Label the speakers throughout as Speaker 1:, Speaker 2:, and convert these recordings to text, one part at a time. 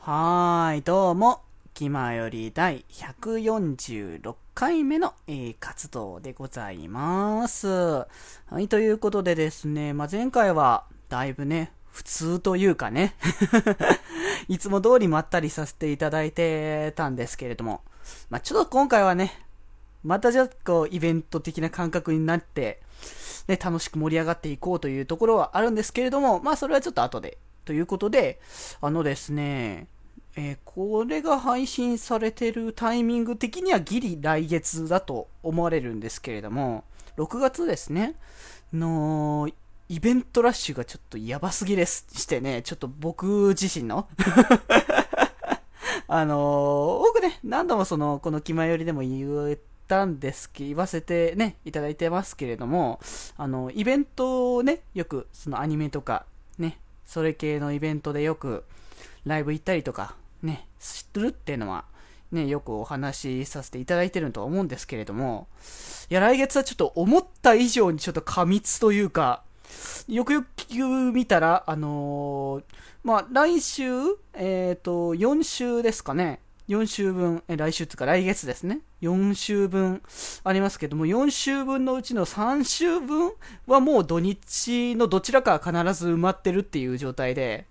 Speaker 1: はーい、どうも、気まより第146回目の、活動でございます。はい、ということでですね、前回は、だいぶね、普通というかね、いつも通りまったりさせていただいてたんですけれども、ちょっと今回はね、またじゃあこう、イベント的な感覚になって、ね、楽しく盛り上がっていこうというところはあるんですけれども、それはちょっと後で。ということで、ですね、これが配信されてるタイミング的にはギリ来月だと思われるんですけれども、6月ですね、イベントラッシュがちょっとやばすぎですしてね、ちょっと僕自身の僕ね、何度もこの気まよりでも言わせてね、いただいてますけれども、イベントをね、よく、アニメとか、ね、それ系のイベントでよく、ライブ行ったりとか、ね、知ってるっていうのは、ね、よくお話しさせていただいてるとは思うんですけれども、いや、来月はちょっと思った以上にちょっと過密というか、よくよく見たら、来週、4週ですかね。4週分、来週っていうか来月ですね。4週分ありますけども、4週分のうちの3週分はもう土日のどちらかは必ず埋まってるっていう状態で。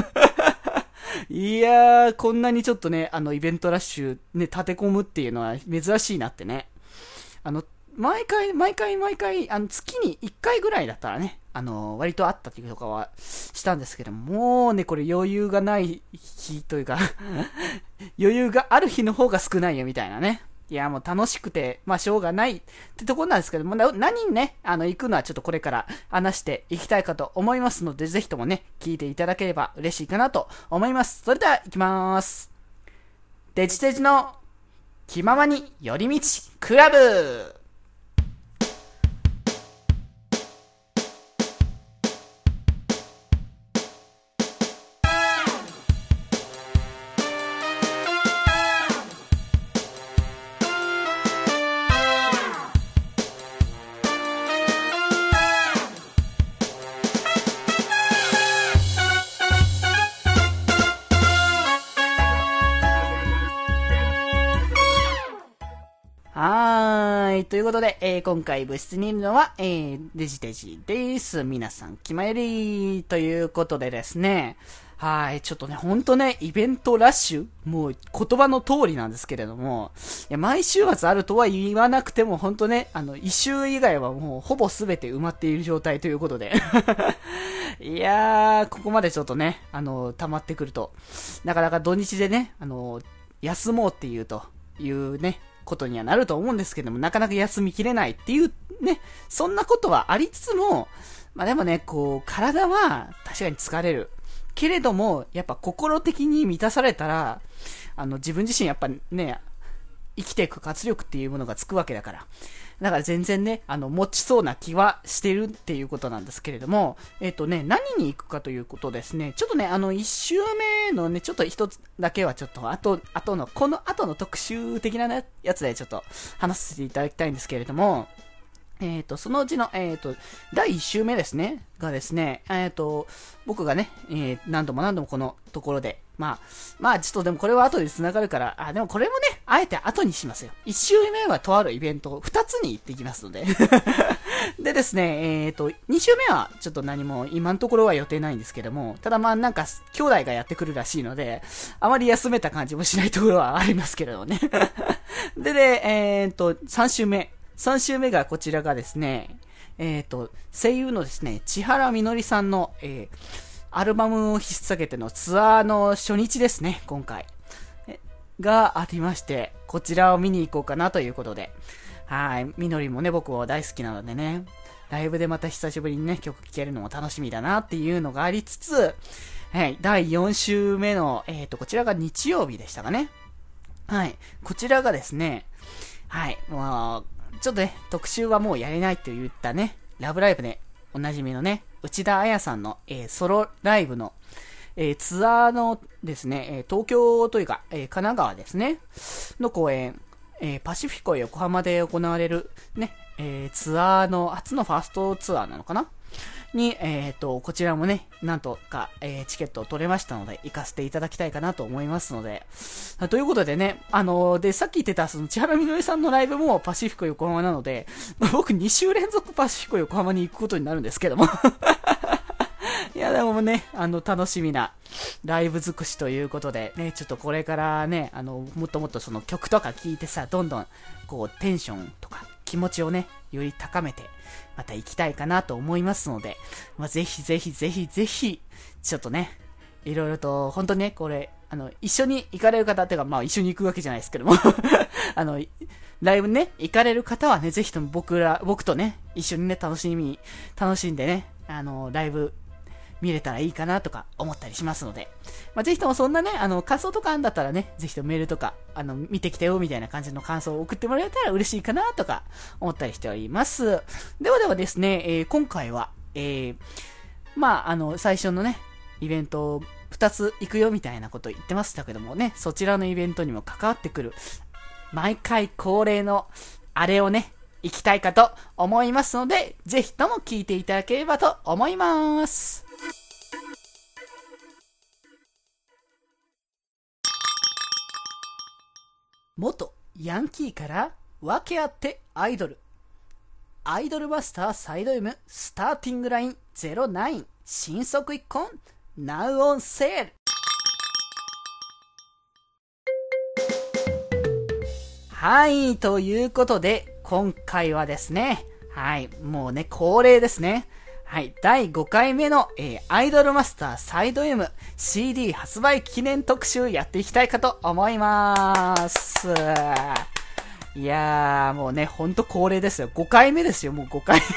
Speaker 1: いやー、こんなにちょっとね、イベントラッシュね、立て込むっていうのは珍しいなってね。あの、毎回、月に1回ぐらいだったらね、割とあったというとかはしたんですけども、もうね、これ余裕がない日というか余裕がある日の方が少ないよみたいなね。いや、もう楽しくて、しょうがないってところなんですけども、何にね、行くのはちょっとこれから話していきたいかと思いますので、ぜひともね、聞いていただければ嬉しいかなと思います。それでは、行きまーす。デジデジの気ままに寄り道クラブ。ということで、今回部室にいるのは、デジデジです。皆さん、気まよりということでですね。はい、ちょっとね、ほんとね、イベントラッシュもう言葉の通りなんですけれども、いや、毎週末あるとは言わなくても、ほんとね、一週以外はもうほぼ全て埋まっている状態ということで。いやー、ここまでちょっとね、溜まってくると、なかなか土日でね、休もうっていうね、ことにはなると思うんですけども、なかなか休みきれないっていうね、そんなことはありつつも、でもね、こう、体は確かに疲れる。けれども、やっぱ心的に満たされたら、自分自身やっぱね、生きていく活力っていうものがつくわけだから。だから全然ね、持ちそうな気はしてるっていうことなんですけれども、何に行くかということですね。ちょっとね、一周目のね、ちょっと一つだけはちょっと、この後の特集的な、ね、やつでちょっと話させていただきたいんですけれども、そのうちの、第1週目ですね、がですね、僕がね、何度もこのところで、ちょっとでもこれは後で繋がるから、でもこれもね、あえて後にしますよ。1週目はとあるイベント、2つに行ってきますので。でですね、2週目はちょっと何も今のところは予定ないんですけども、ただなんか、兄弟がやってくるらしいので、あまり休めた感じもしないところはありますけれどもね。で、3週目。3週目がこちらがですね、声優のですね、千原みのりさんの、アルバムを引っ提げてのツアーの初日ですね、今回。がありまして、こちらを見に行こうかなということで。はい。みのりもね、僕は大好きなのでね、ライブでまた久しぶりにね、曲聴けるのも楽しみだなっていうのがありつつ、はい。第4週目の、こちらが日曜日でしたかね。はい。こちらがですね、はい。もう、ちょっとね、特集はもうやれないと言ったね、ラブライブでおなじみのね、内田彩さんの、ソロライブの、ツアーのですね、東京というか、神奈川ですね、の公演、パシフィコ横浜で行われるね、 ツアーの、初のファーストツアーなのかなに、こちらもね、なんとか、チケットを取れましたので、行かせていただきたいかなと思いますので、ということでね、で、さっき言ってた、その、千原みのりさんのライブもパシフィコ横浜なので、僕2週連続パシフィコ横浜に行くことになるんですけども。いや、でもね、楽しみなライブ尽くしということで、ね、ちょっとこれからね、もっともっとその曲とか聴いてさ、どんどん、こう、テンションとか気持ちをね、より高めて、また行きたいかなと思いますので、ぜひぜひぜひぜひ、ちょっとね、いろいろと、本当にね、これ、一緒に行かれる方っていうか、一緒に行くわけじゃないですけども、ライブね、行かれる方はね、ぜひとも僕とね、一緒にね、楽しんでね、ライブ、見れたらいいかなとか思ったりしますので、ぜひともそんなね、感想とかあんだったらね、ぜひともメールとか、見てきてよみたいな感じの感想を送ってもらえたら嬉しいかなとか思ったりしております。ではですね、今回は、最初のね、イベント2つ行くよみたいなこと言ってましたけどもね、そちらのイベントにも関わってくる、毎回恒例のあれをね、行きたいかと思いますので、ぜひとも聞いていただければと思います。元ヤンキーから訳あってアイドルマスターサイド M スターティングライン09新速一婚 Now on sale。 はい、ということで今回はですね、はい、もうね恒例ですね、はい、第5回目の、アイドルマスターサイド M CD 発売記念特集やっていきたいかと思います。いやー、もうね、ほんと恒例ですよ。5回目ですよ、もう5回。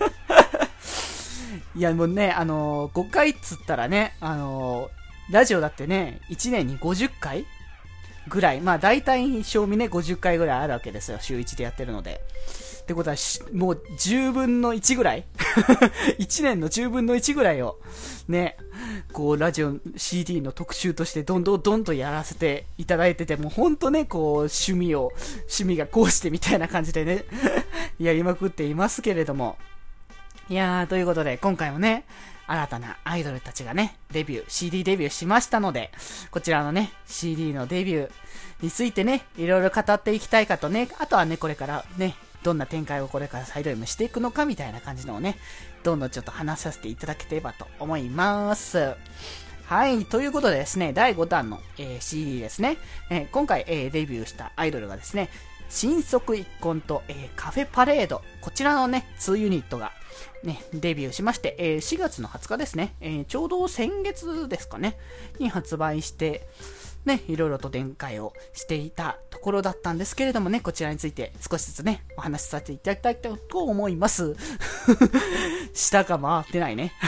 Speaker 1: いや、もうね、5回っつったらね、ラジオだってね、1年に50回ぐらい、大体、賞味ね、50回ぐらいあるわけですよ。週1でやってるので。ってことは、もう10分の1ぐらい1年の10分の1ぐらいを、ね、こう、ラジオ CD の特集としてどんどんやらせていただいてて、もうほんとね、こう、趣味がこうしてみたいな感じでね、やりまくっていますけれども。いやー、ということで、今回もね、新たなアイドルたちがね、CD デビューしましたので、こちらのね、CD のデビューについてね、いろいろ語っていきたいかとね、あとはね、これからね、どんな展開をこれからサイド M していくのかみたいな感じのをね、どんどんちょっと話させていただければと思います。はい、ということでですね、第5弾の、CD ですね、今回、デビューしたアイドルがですね、新速一婚と、カフェパレード、こちらのね、2ユニットがね、デビューしまして、4月の20日ですね、ちょうど先月ですかね、に発売して、ね、いろいろと展開をしていたところだったんですけれどもね、こちらについて少しずつね、お話しさせていただきたいと思います。下が回ってないね。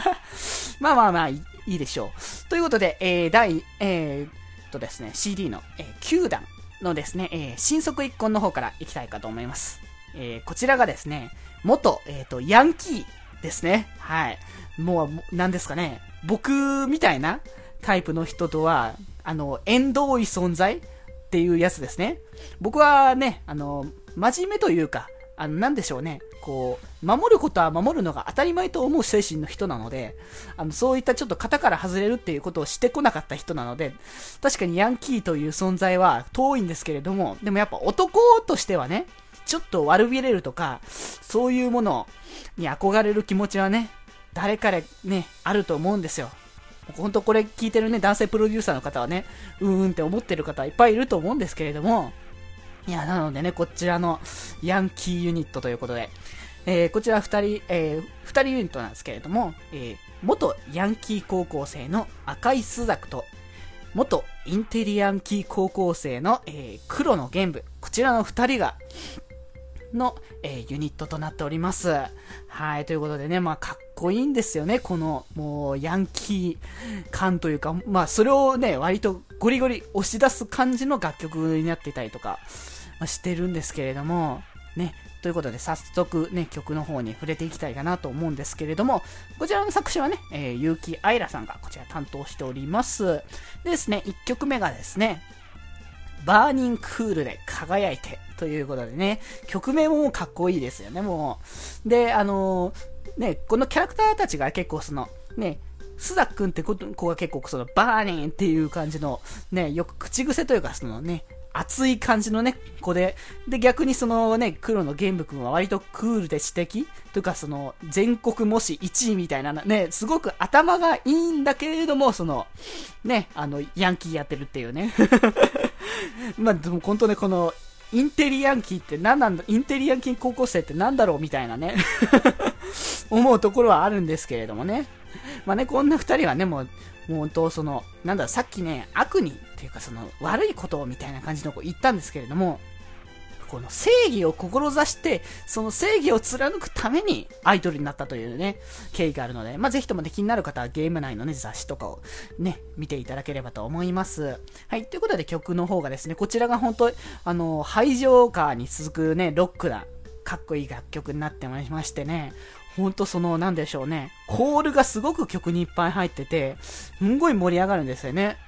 Speaker 1: いいでしょう。ということで、ですね、CD の、9弾のですね、新速一婚の方からいきたいかと思います。こちらがですね、元、ヤンキーですね。はい。もう、なんですかね、僕みたいなタイプの人とは、縁遠い存在っていうやつですね。僕はね、真面目というか、なんでしょうね、こう、守ることは守るのが当たり前と思う精神の人なので、そういったちょっと型から外れるっていうことをしてこなかった人なので、確かにヤンキーという存在は遠いんですけれども、でもやっぱ男としてはね、ちょっと悪びれるとか、そういうものに憧れる気持ちはね、誰からね、あると思うんですよ。本当これ聞いてるね、男性プロデューサーの方はね、って思ってる方いっぱいいると思うんですけれども、いや、なのでね、こちらのヤンキーユニットということで、こちら二人ユニットなんですけれども、元ヤンキー高校生の赤いスザクと、元インテリヤンキー高校生の、黒の玄武、こちらの二人が、の、ユニットとなっております。はい、ということでね、かっこいいんですよね、この、もう、ヤンキー感というか、それをね、割とゴリゴリ押し出す感じの楽曲になっていたりとか、してるんですけれども、ね、ということで、早速ね、曲の方に触れていきたいかなと思うんですけれども、こちらの作詞はね、結城愛羅さんがこちら担当しております。でですね、1曲目がですね、バーニングクールで輝いてということでね、曲名ももうかっこいいですよね、もう。で、ね、このキャラクターたちが結構ね、スザくんって子が結構バーニンっていう感じの、ね、よく口癖というかね、熱い感じのね、子で、逆にね、黒の玄武君は割とクールで知的というか全国模試1位みたいなね、すごく頭がいいんだけれども、ね、ヤンキーやってるっていうね。まあ、でも本当ね、この、インテリヤンキーって何なんだ、インテリヤンキー高校生って何だろうみたいなね、思うところはあるんですけれどもね。まあね、こんな二人はね、もう本当なんだ、さっきね、悪に、っていうか悪いことをみたいな感じの言ったんですけれども、この正義を志して、その正義を貫くためにアイドルになったというね、経緯があるので、まあ、ぜひともね、気になる方はゲーム内のね、雑誌とかをね、見ていただければと思います。はい、ということで曲の方がですね、こちらが本当ハイジョーカーに続くね、ロックな、かっこいい楽曲になってましてね、ほんとなんでしょうね、コールがすごく曲にいっぱい入ってて、すんごい盛り上がるんですよね。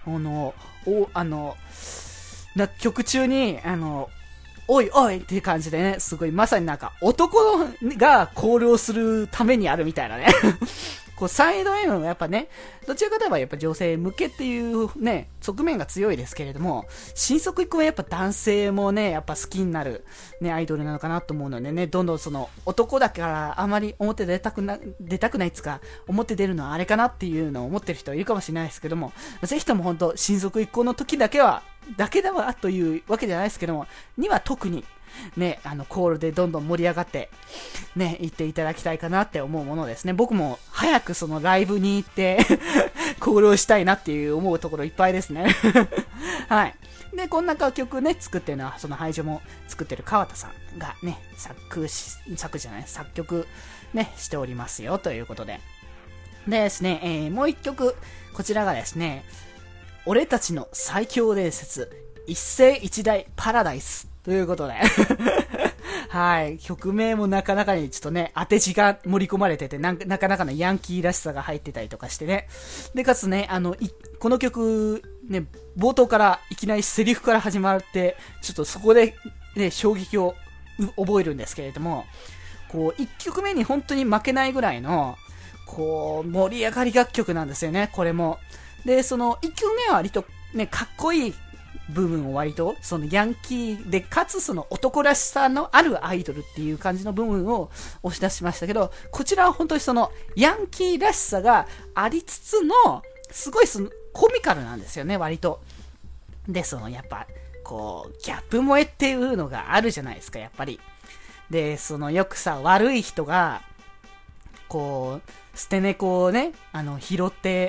Speaker 1: 曲中に、おいおいっていう感じでね、すごいまさになんか男がコールをするためにあるみたいなね。こうサイド M もやっぱね、どちらかといえばやっぱ女性向けっていうね、側面が強いですけれども、新速一くんはやっぱ男性もね、やっぱ好きになるね、アイドルなのかなと思うのでね、どんどん男だからあまり表出たくないっつか、表出るのはあれかなっていうのを思ってる人はいるかもしれないですけども、ぜひとも本当新速一行の時だけだわというわけじゃないですけども、には特に、ね、コールでどんどん盛り上がって、ね、行っていただきたいかなって思うものですね。僕も早くライブに行って、コールをしたいなっていう思うところいっぱいですね。はい。で、こんな楽曲ね、作ってるのは、ハイジョも作ってる川田さんがね、作曲ね、しておりますよ、ということで。でですね、もう一曲、こちらがですね、俺たちの最強伝説、一世一代パラダイスということではい、曲名もなかなかにちょっとね、当て字が盛り込まれてて、なかなかのヤンキーらしさが入ってたりとかしてね。で、かつね、この曲、ね、冒頭からいきなりセリフから始まって、ちょっとそこでね、衝撃を覚えるんですけれども、こう、一曲目に本当に負けないぐらいの、こう、盛り上がり楽曲なんですよね、これも。で、一曲目は割とね、かっこいい部分を割と、ヤンキーで、かつ男らしさのあるアイドルっていう感じの部分を押し出しましたけど、こちらは本当にヤンキーらしさがありつつの、すごいコミカルなんですよね、割と。で、やっぱ、こう、ギャップ萌えっていうのがあるじゃないですか、やっぱり。で、よくさ、悪い人が、こう、捨て猫をね、拾って、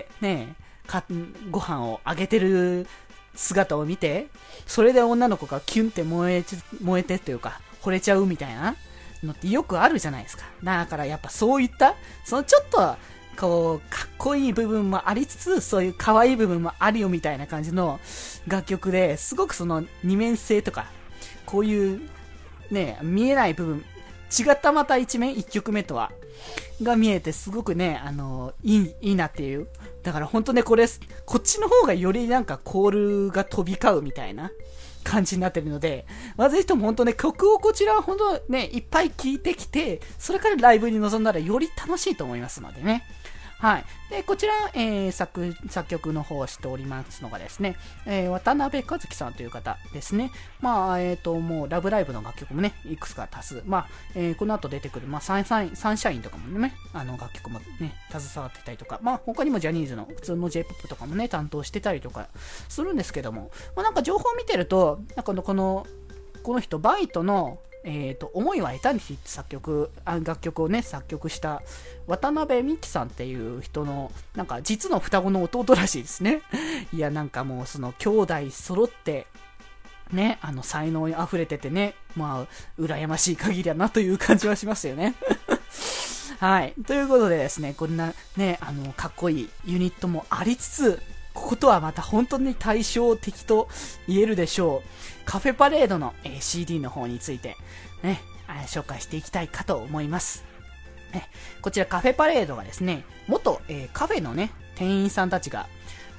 Speaker 1: ね、ご飯をあげてる姿を見て、それで女の子がキュンって燃えてっていうか、惚れちゃうみたいなのってよくあるじゃないですか。だからやっぱそういった、ちょっと、こう、かっこいい部分もありつつ、そういう可愛い部分もあるよみたいな感じの楽曲で、すごく二面性とか、こういう、ね、見えない部分、違ったまた一面、一曲目とは、が見えて、すごくね、いいなっていう。だから本当ね、こっちの方がよりなんかコールが飛び交うみたいな感じになってるので、まあ、ぜひとも本当ね、曲をこちらは本当ね、いっぱい聴いてきて、それからライブに臨んだらより楽しいと思いますのでね。はい。で、こちら、作曲の方をしておりますのがですね、渡辺和樹さんという方ですね。まあ、もう、ラブライブの楽曲もね、いくつか多数。まあ、この後出てくる、まあ、サンシャインとかもね、楽曲もね、携わってたりとか、まあ、他にもジャニーズの普通の J-POP とかもね、担当してたりとかするんですけども、まあ、なんか情報を見てると、なんかこの人、バイトの、思いはエタニティって楽曲をね、作曲した渡辺美樹さんっていう人の、なんか実の双子の弟らしいですね。いや、なんかもう兄弟揃って、ね、才能に溢れててね、まあ、羨ましい限りだなという感じはしますよね。はい。ということでですね、こんなね、かっこいいユニットもありつつ、こことはまた本当に対照的と言えるでしょう。カフェパレードの、CD の方について、ね、紹介していきたいかと思います。こちらカフェパレードがですね、元、カフェのね、店員さんたちが、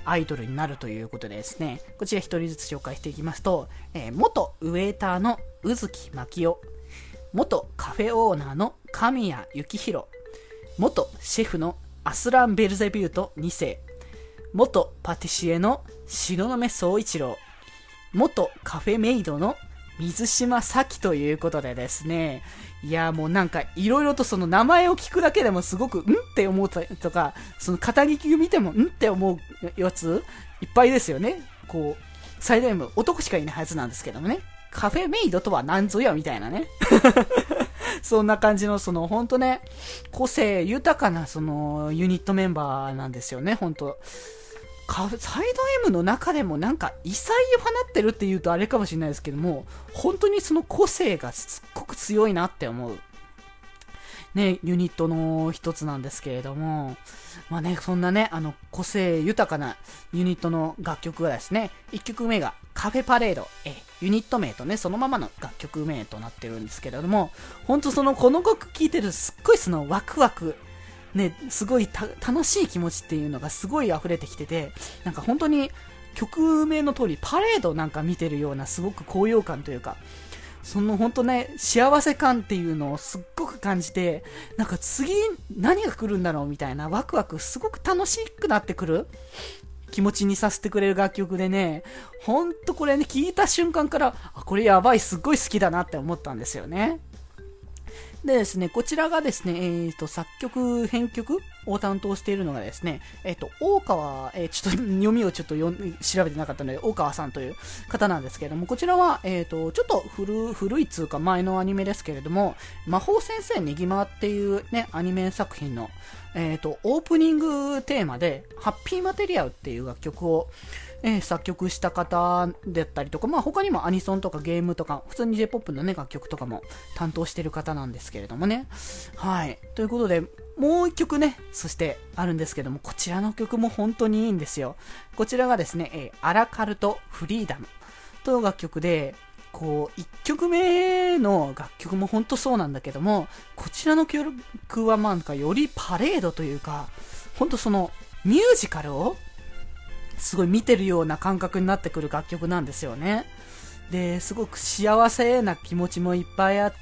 Speaker 1: アイドルになるということでですね、こちら一人ずつ紹介していきますと、元ウェーターの宇月牧夫、元カフェオーナーの神谷幸宏、元シェフのアスラン・ベルゼビュート2世、元パティシエの東雲宗一郎、元カフェメイドの水島咲ということでですね、いやもうなんかいろいろとその名前を聞くだけでもすごくって思ったりとか、その肩書きを見てもって思うやついっぱいですよね。こう最大も男しかいないはずなんですけどもね、カフェメイドとは何ぞやみたいなねそんな感じのその本当ね、個性豊かなそのユニットメンバーなんですよね。本当サイド M の中でもなんか異彩を放ってるって言うとあれかもしれないですけども、本当にその個性がすっごく強いなって思うね、ユニットの一つなんですけれども、まあね、そんなね、個性豊かなユニットの楽曲がですね、1曲目がカフェパレード、ユニット名とね、そのままの楽曲名となってるんですけれども、本当この曲聴いてるすっごいそのワクワク、ね、すごい楽しい気持ちっていうのがすごい溢れてきてて、なんか本当に曲名の通りパレードなんか見てるようなすごく高揚感というか、その本当ね、幸せ感っていうのをすっごく感じて、なんか次何が来るんだろうみたいなワクワクすごく楽しくなってくる気持ちにさせてくれる楽曲でね、ほんとこれね、聴いた瞬間から、これやばい、すっごい好きだなって思ったんですよね。でですね、こちらがですね、作曲、編曲を担当しているのがですね、大川、ちょっと読みをちょっと調べてなかったので、大川さんという方なんですけれども、こちらは、ちょっと古い通か前のアニメですけれども、魔法先生ねぎまっていうね、アニメ作品の、オープニングテーマで、ハッピーマテリアルっていう楽曲を、作曲した方だったりとか、まあ他にもアニソンとかゲームとか、普通に J-POP のね、楽曲とかも担当してる方なんですけれどもね。はい。ということで、もう一曲ね、そしてあるんですけども、こちらの曲も本当にいいんですよ。こちらがですね、アラカルトフリーダムという楽曲で、こう、一曲目の楽曲も本当そうなんだけども、こちらの曲はなんかよりパレードというか、本当そのミュージカルをすごい見てるような感覚になってくる楽曲なんですよね。で、すごく幸せな気持ちもいっぱいあって、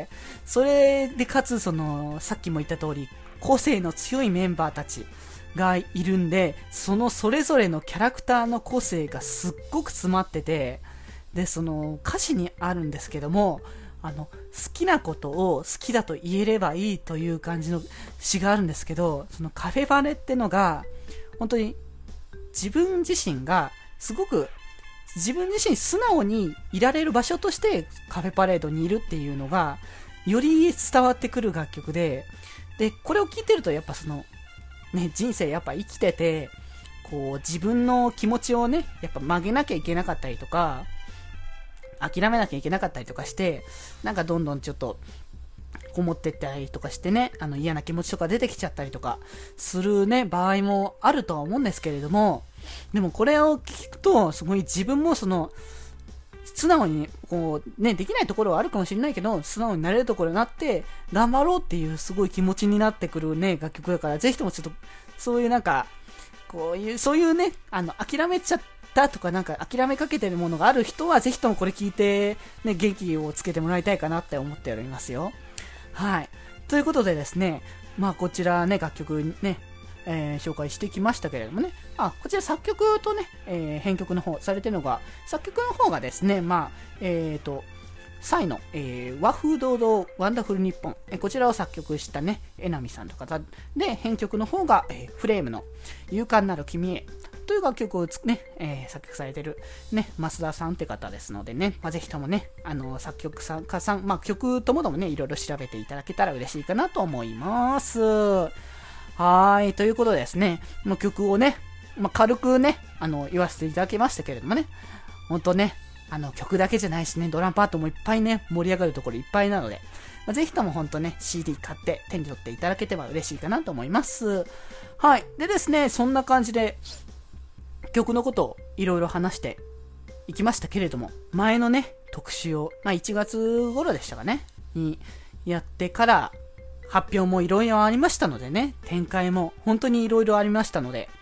Speaker 1: それでかつその、さっきも言った通り、個性の強いメンバーたちがいるんで、そのそれぞれのキャラクターの個性がすっごく詰まってて、で、その歌詞にあるんですけども、好きなことを好きだと言えればいいという感じの詩があるんですけど、そのカフェバレってのが、本当に自分自身がすごく自分自身素直にいられる場所としてカフェパレードにいるっていうのがより伝わってくる楽曲で、これを聴いてるとやっぱそのね、人生やっぱ生きてて、こう自分の気持ちをね、やっぱ曲げなきゃいけなかったりとか、諦めなきゃいけなかったりとかして、なんかどんどんちょっとこもってったりとかしてね、嫌な気持ちとか出てきちゃったりとかするね、場合もあるとは思うんですけれども、でもこれを聞くと、すごい自分もその、素直に、こう、ね、できないところはあるかもしれないけど、素直になれるところになって、頑張ろうっていうすごい気持ちになってくるね、楽曲だから、ぜひともちょっと、そういうなんか、そういうね、諦めちゃったとか、なんか諦めかけてるものがある人は、ぜひともこれ聞いて、ね、元気をつけてもらいたいかなって思っておりますよ。はい。ということでですね、まあこちらね、楽曲ね、紹介してきましたけれどもね、こちら作曲とね、編曲の方されてるのが、作曲の方がですね、まあ、サイの、和風堂々ワンダフル日本、こちらを作曲したね、えなみさんという方で、編曲の方が、フレームの勇敢なる君へという楽曲をね、作曲されてるね、増田さんって方ですのでね、ぜひともね、作曲家さん、曲ともどもね、いろいろ調べていただけたら嬉しいかなと思います。はい、ということでですね、曲をね、軽くね、言わせていただきましたけれどもね、ほんとね、曲だけじゃないしね、ドラムパートもいっぱいね、盛り上がるところいっぱいなので、ぜひともほんとね、CD 買って手に取っていただけては嬉しいかなと思います。はい。でですね、そんな感じで、曲のことをいろいろ話していきましたけれども、前のね、特集を、1月頃でしたかね、にやってから、発表もいろいろありましたのでね、展開も本当にいろいろありましたので、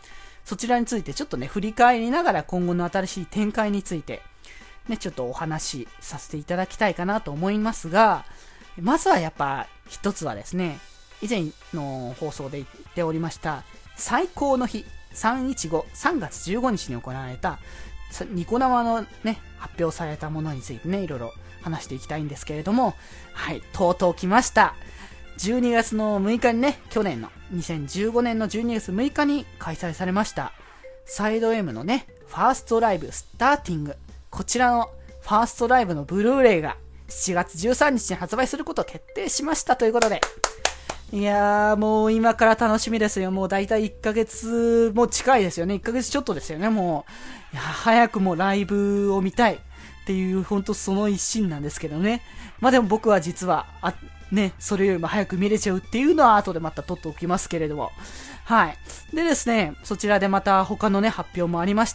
Speaker 1: そちらについてちょっとね、振り返りながら今後の新しい展開について、ね、ちょっとお話しさせていただきたいかなと思いますが、まずはやっぱ一つはですね、以前の放送で言っておりました、最高の日、315、3月15日に行われた、ニコ生のね、発表されたものについてね、いろいろ話していきたいんですけれども、はい、とうとう来ました。12月の6日にね、去年の2015年の12月6日に開催されました、サイド M のね、ファーストライブスターティング。こちらのファーストライブのブルーレイが7月13日に発売することを決定しましたということで。いやー、もう今から楽しみですよ。もうだいたい1ヶ月も近いですよね。1ヶ月ちょっとですよね、もう。いや、早くもライブを見たいっていう、ほんとその一心なんですけどね。まあでも僕は実は、ね、それよりも早く見れちゃうっていうのは後でまた撮っておきますけれども。はい。でですね、そちらでまた他のね、発表もありまして、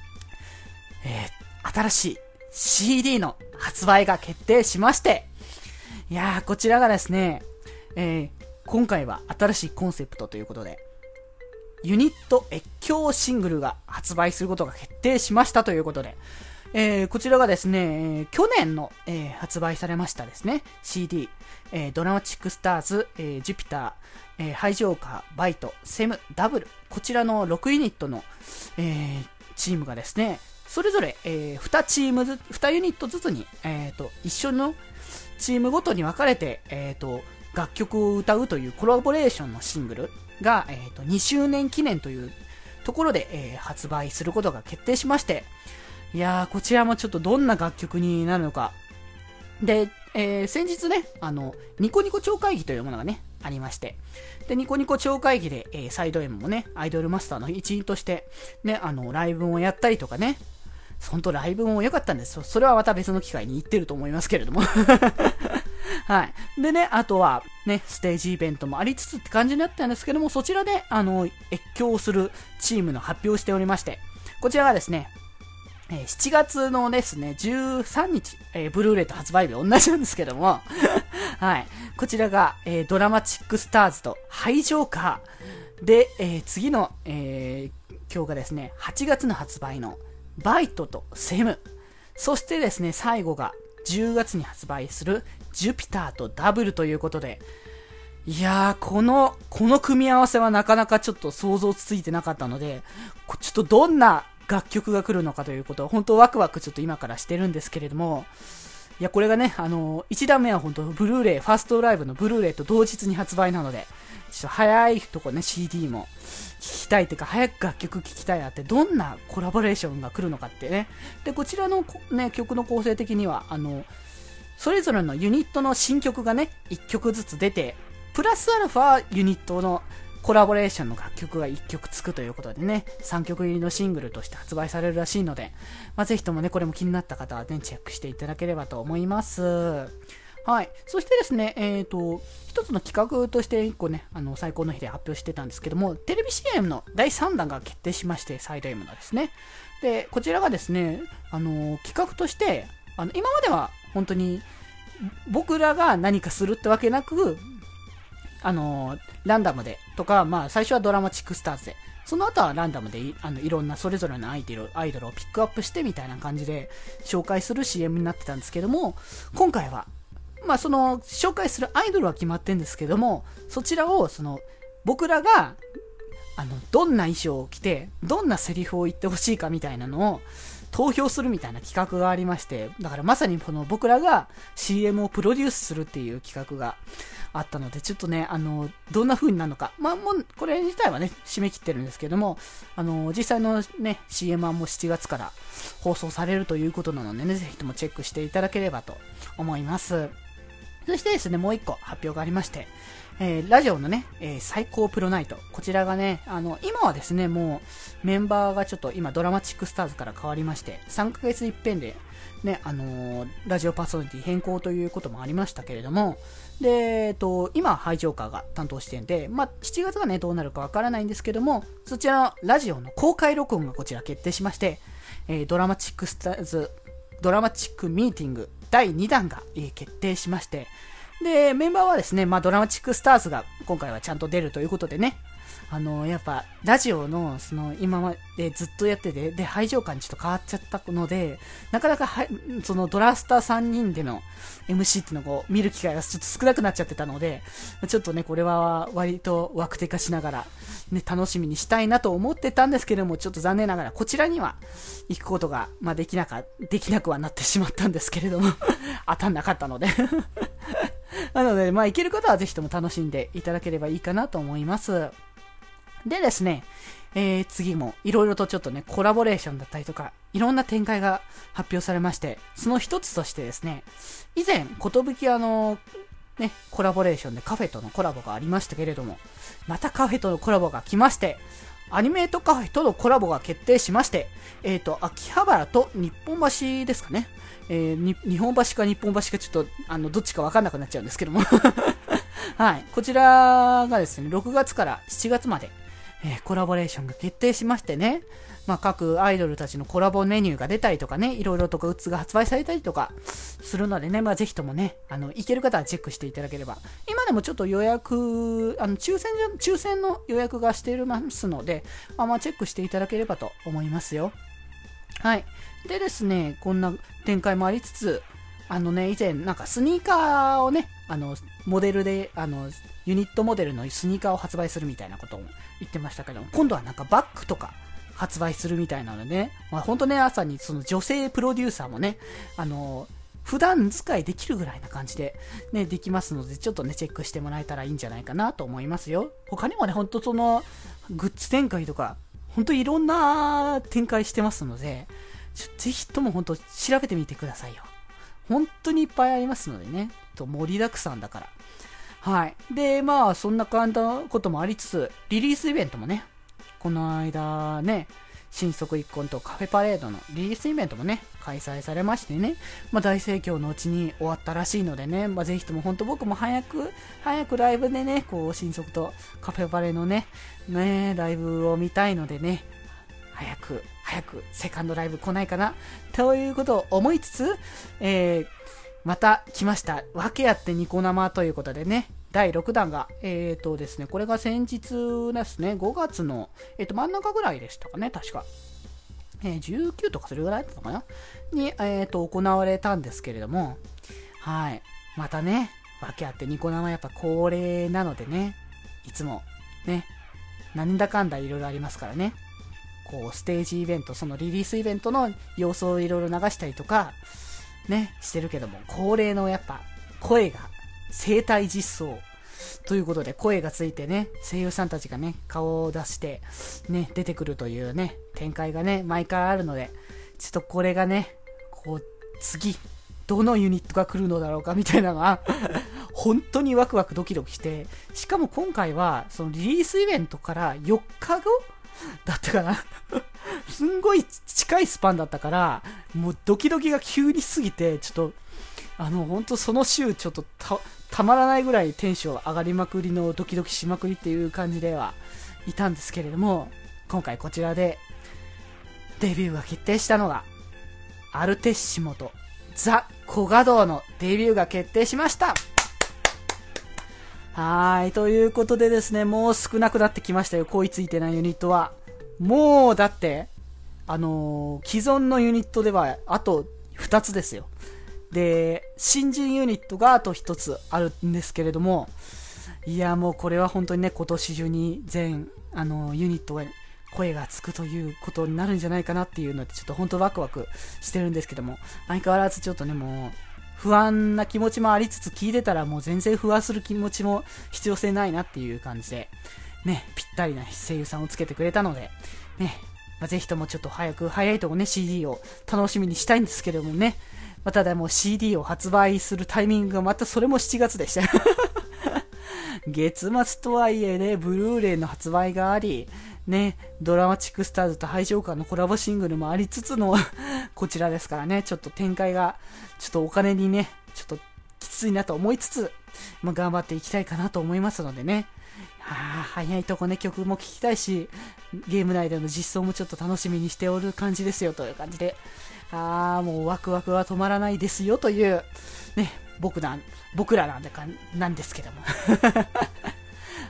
Speaker 1: 新しい CD の発売が決定しまして、いやー、こちらがですね、今回は新しいコンセプトということで、ユニット越境シングルが発売することが決定しましたということで、こちらがですね、去年の、発売されましたですね、CD、ドラマチックスターズ、ジュピター、ハイジョーカー、バイト、セム、ダブル、こちらの6ユニットの、チームがですね、それぞれ、2ユニットずつに、一緒のチームごとに分かれて、楽曲を歌うというコラボレーションのシングルが、2周年記念というところで、発売することが決定しまして、いやー、こちらもちょっとどんな楽曲になるのか。で、先日ね、ニコニコ超会議というものがね、ありまして。で、ニコニコ超会議で、サイド M もね、アイドルマスターの一員として、ね、ライブをやったりとかね、本当ライブも良かったんですよ。それはまた別の機会に行ってると思いますけれども。はい。でね、あとは、ね、ステージイベントもありつつって感じになったんですけども、そちらで、越境するチームの発表をしておりまして、こちらがですね、7月のですね、13日、ブルーレイと発売日同じなんですけども、はい。こちらが、ドラマチックスターズとハイジョーカーで、次の、今日がですね、8月の発売のバイトとセム、そしてですね、最後が10月に発売するジュピターとダブルということで、いやー、この組み合わせはなかなかちょっと想像ついてなかったので、ちょっとどんな楽曲が来るのかということを本当ワクワクちょっと今からしてるんですけれども、いや、これがね、1段目は本当ブルーレイ、ファーストライブのブルーレイと同日に発売なので、ちょっと早いとこね、CD も聴きたいというか、早く楽曲聴きたいなって、どんなコラボレーションが来るのかってね。で、こちらのね、曲の構成的には、それぞれのユニットの新曲がね、1曲ずつ出て、プラスアルファユニットのコラボレーションの楽曲が1曲つくということでね、3曲入りのシングルとして発売されるらしいので、まあ、ぜひともね、これも気になった方はね、チェックしていただければと思います。はい。そしてですね、一つの企画として1個ね、最高の日で発表してたんですけども、テレビ CM の第3弾が決定しまして、サイド M のですね。で、こちらがですね、企画として、今までは本当に、僕らが何かするってわけなく、ランダムでとか、まあ最初はドラマチックスターズで、その後はランダムでいろんなそれぞれのアイドルをピックアップしてみたいな感じで紹介する CM になってたんですけども、今回は、まあその紹介するアイドルは決まってるんですけども、そちらを僕らがどんな衣装を着て、どんなセリフを言ってほしいかみたいなのを投票するみたいな企画がありまして、だからまさに僕らが CM をプロデュースするっていう企画があったので、ちょっとね、どんな風になるのか。まあ、もう、これ自体はね、締め切ってるんですけども、実際のね、CM はもう7月から放送されるということなのでね、ぜひともチェックしていただければと思います。そしてですね、もう一個発表がありまして、ラジオのね、最高プロナイト。こちらがね、今はですね、もう、メンバーがちょっと今、ドラマチックスターズから変わりまして、3ヶ月一遍で、ね、ラジオパーソナリティ変更ということもありましたけれども、で、今、ハイジョーカーが担当してんで、まあ、7月がね、どうなるかわからないんですけども、そちらのラジオの公開録音がこちら決定しまして、ドラマチックミーティング第2弾が、決定しまして、で、メンバーはですね、まあ、ドラマチックスターズが今回はちゃんと出るということでね、 やっぱ、ラジオの、今までずっとやってて、で、配上感ちょっと変わっちゃったので、なかなかドラスター3人での MC っていうのを見る機会がちょっと少なくなっちゃってたので、ちょっとね、これは割とワクテ化しながら、ね、楽しみにしたいなと思ってたんですけども、ちょっと残念ながら、こちらには行くことが、できなくはなってしまったんですけれども、当たんなかったので。なので、行ける方はぜひとも楽しんでいただければいいかなと思います。でですね、次もいろいろとちょっとね、コラボレーションだったりとか、いろんな展開が発表されまして、その一つとしてですね、以前、ことぶきね、コラボレーションでカフェとのコラボがありましたけれども、またカフェとのコラボが来まして、アニメートカフェとのコラボが決定しまして、秋葉原と日本橋ですかね。日本橋か日本橋かちょっと、どっちかわかんなくなっちゃうんですけども。はい。こちらがですね、6月から7月まで、コラボレーションが決定しましてね、各アイドルたちのコラボメニューが出たりとかね、いろいろとグッズが発売されたりとかするのでね、ぜひともね、行ける方はチェックしていただければ。今でもちょっと予約、抽選の予約がしていますので、チェックしていただければと思いますよ。はい。でですね、こんな展開もありつつ、以前、スニーカーをね、モデルで、ユニットモデルのスニーカーを発売するみたいなことを言ってましたけども、今度はバッグとか発売するみたいなのでね、本当ね、朝にその女性プロデューサーもね、普段使いできるぐらいな感じで、ね、できますので、ちょっとね、チェックしてもらえたらいいんじゃないかなと思いますよ。他にもね、本当グッズ展開とか、本当いろんな展開してますので、ぜひとも本当調べてみてくださいよ。本当にいっぱいありますのでね。盛りだくさんだから。はい。で、そんな感じのこともありつつ、リリースイベントもね、この間ね、新足一婚とカフェパレードのリリースイベントもね、開催されましてね、大盛況のうちに終わったらしいのでね、ぜひとも本当僕も早くライブでね、新足とカフェパレのね、ライブを見たいのでね、早くセカンドライブ来ないかなということを思いつつ、また来ました。訳あってニコ生ということでね、第6弾が、ですね、これが先日ですね、5月の、真ん中ぐらいでしたかね、確か。19とかそれぐらいだったのかなに、行われたんですけれども、はい。またね、訳あってニコ生やっぱ恒例なのでね、いつも、ね、なんだかんだいろいろありますからね。ステージイベント、そのリリースイベントの様子をいろいろ流したりとか、ね、してるけども、恒例のやっぱ、声が、声帯実装、ということで、声がついてね、声優さんたちがね、顔を出して、ね、出てくるというね、展開がね、毎回あるので、ちょっとこれがね、次、どのユニットが来るのだろうか、みたいなのが、本当にワクワクドキドキして、しかも今回は、そのリリースイベントから4日後だったかなすんごい近いスパンだったから、もうドキドキが急に過ぎて、ちょっと、ほんとその週ちょっとたまらないぐらいテンション上がりまくりのドキドキしまくりっていう感じではいたんですけれども、今回こちらでデビューが決定したのが、アルテッシモとザ・コガドーのデビューが決定しました。ということでですね、もう少なくなってきましたよ、恋ついてないユニットは。もう、だって、既存のユニットでは、あと2つですよ。で、新人ユニットがあと1つあるんですけれども、いや、もうこれは本当にね、今年中に全、ユニットが声がつくということになるんじゃないかなっていうので、ちょっと本当ワクワクしてるんですけども、相変わらずちょっとね、もう、不安な気持ちもありつつ、聞いてたらもう全然不安する気持ちも必要性ないなっていう感じで、ね、ぴったりな声優さんをつけてくれたので、ね、ぜひともちょっと早いとこね、CD を楽しみにしたいんですけれどもね、ただもう CD を発売するタイミングがまたそれも7月でした。月末とはいえね、ブルーレイの発売があり、ね、ドラマチックスターズとハイジョーカーのコラボシングルもありつつのこちらですからね、ちょっと展開が、ちょっとお金にね、ちょっときついなと思いつつ、頑張っていきたいかなと思いますのでね、早いとこね、曲も聴きたいし、ゲーム内での実装もちょっと楽しみにしておる感じですよという感じで、もうワクワクは止まらないですよという、ね、僕らなんですけども。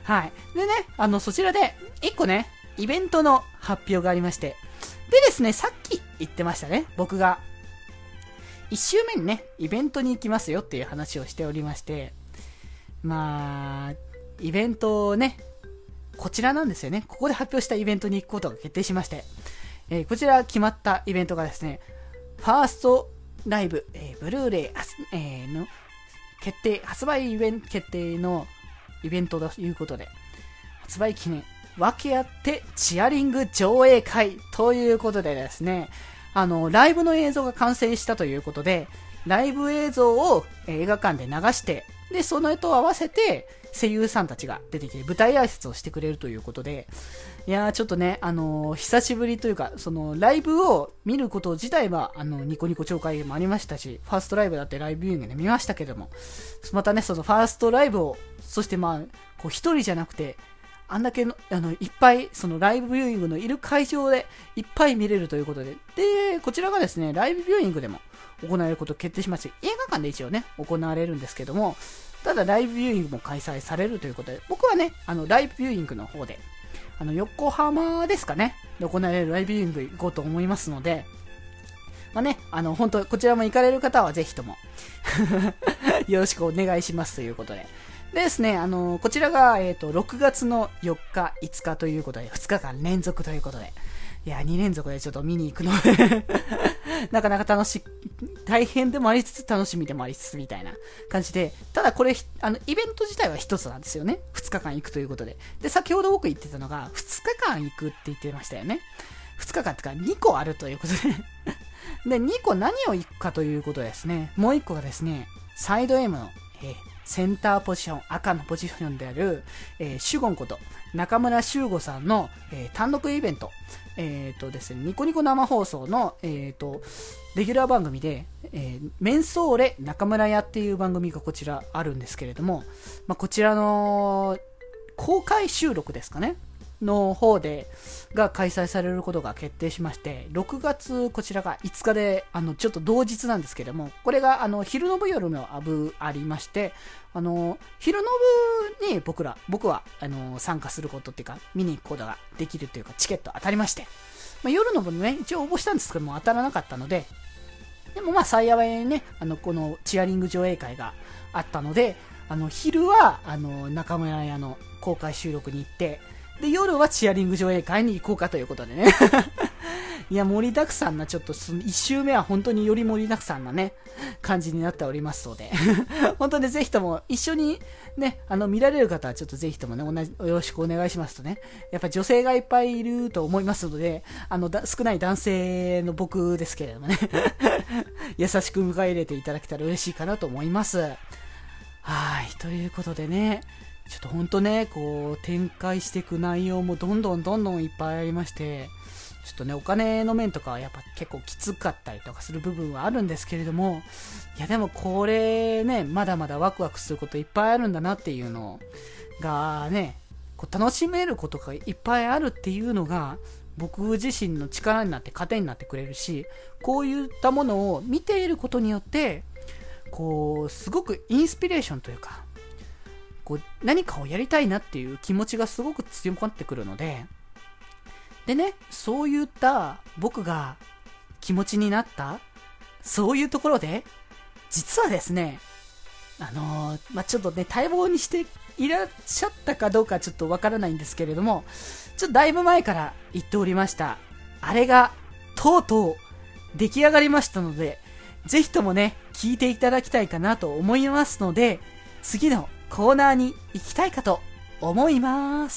Speaker 1: はい。でね、そちらで、一個ね、イベントの発表がありまして。でですね、さっき言ってましたね。僕が、一週目にね、イベントに行きますよっていう話をしておりまして。まあ、イベントね、こちらなんですよね。ここで発表したイベントに行くことが決定しまして。こちら決まったイベントがですね、ファーストライブ、ブルーレイ、の決定、発売イベント決定のイベントということで、発売記念、訳あってチアリング上映会ということでですね、ライブの映像が完成したということで、ライブ映像を映画館で流して、で、その絵と合わせて声優さんたちが出てきて舞台挨拶をしてくれるということで、いやーちょっとね、久しぶりというか、そのライブを見ること自体は、ニコニコ超会もありましたし、ファーストライブだってライブビューイングで見ましたけども、またね、そのファーストライブを、そしてまあ、こう一人じゃなくて、あんだけの、いっぱい、そのライブビューイングのいる会場でいっぱい見れるということで、で、こちらがですね、ライブビューイングでも行われることを決定しまして、映画館で一応ね、行われるんですけども、ただライブビューイングも開催されるということで、僕はね、ライブビューイングの方で、横浜ですかね、で行われるライブビューイング行こうと思いますので、まあね、本当こちらも行かれる方はぜひとも、よろしくお願いしますということで。でですね、こちらが、6月の4日、5日ということで、2日間連続ということで、いや、2連続でちょっと見に行くので、なかなか大変でもありつつ楽しみでもありつつみたいな感じで、ただこれ、イベント自体は一つなんですよね。2日間行くということで。で、先ほど僕言ってたのが、2日間行くって言ってましたよね。2日間ってか2個あるということで。で、2個何を行くかということですね。もう1個がですね、サイド M の、センターポジション、赤のポジションである、シュゴンこと中村修吾さんの、単独イベント、ですね、ニコニコ生放送の、レギュラー番組で、メンソーレ中村屋っていう番組がこちらあるんですけれども、まあ、こちらの公開収録ですかねの方でが開催されることが決定しまして、6月こちらが5日でちょっと同日なんですけれども、これが昼の部夜もありまして、昼の部に僕は参加することっていうか見に行くことができるというかチケット当たりまして、まあ、夜の部もね一応応募したんですけども当たらなかったので、でもまあ幸いにねこのチアリング上映会があったので、昼は中村屋の公開収録に行って、で、夜はチアリング上映会に行こうかということでね。いや、盛りだくさんな、ちょっと、一周目は本当により盛りだくさんなね、感じになっておりますので。本当にぜひとも、一緒にね、見られる方はちょっとぜひともね、よろしくお願いしますとね。やっぱ女性がいっぱいいると思いますので、少ない男性の僕ですけれどもね。優しく迎え入れていただけたら嬉しいかなと思います。はい、ということでね。ちょっとほんとね、こう、展開していく内容もどんどんいっぱいありまして、ちょっとね、お金の面とかはやっぱ結構きつかったりとかする部分はあるんですけれども、いやでもこれね、まだまだワクワクすることいっぱいあるんだなっていうのがね、こう楽しめることがいっぱいあるっていうのが、僕自身の力になって糧になってくれるし、こういったものを見ていることによって、こう、すごくインスピレーションというか、こう何かをやりたいなっていう気持ちがすごく強まってくるので、でね、そういった僕が気持ちになったそういうところで、実はですね、ちょっとね、待望にしていらっしゃったかどうかちょっとわからないんですけれども、ちょっとだいぶ前から言っておりましたあれがとうとう出来上がりましたので、ぜひともね、聞いていただきたいかなと思いますので、次のコーナーに行きたいかと思います。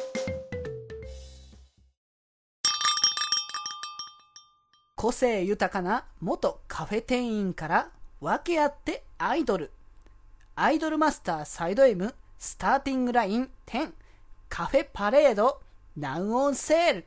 Speaker 1: 個性豊かな元カフェ店員から訳あってアイドルマスターサイド M スターティングライン10カフェパレードナウオンセール。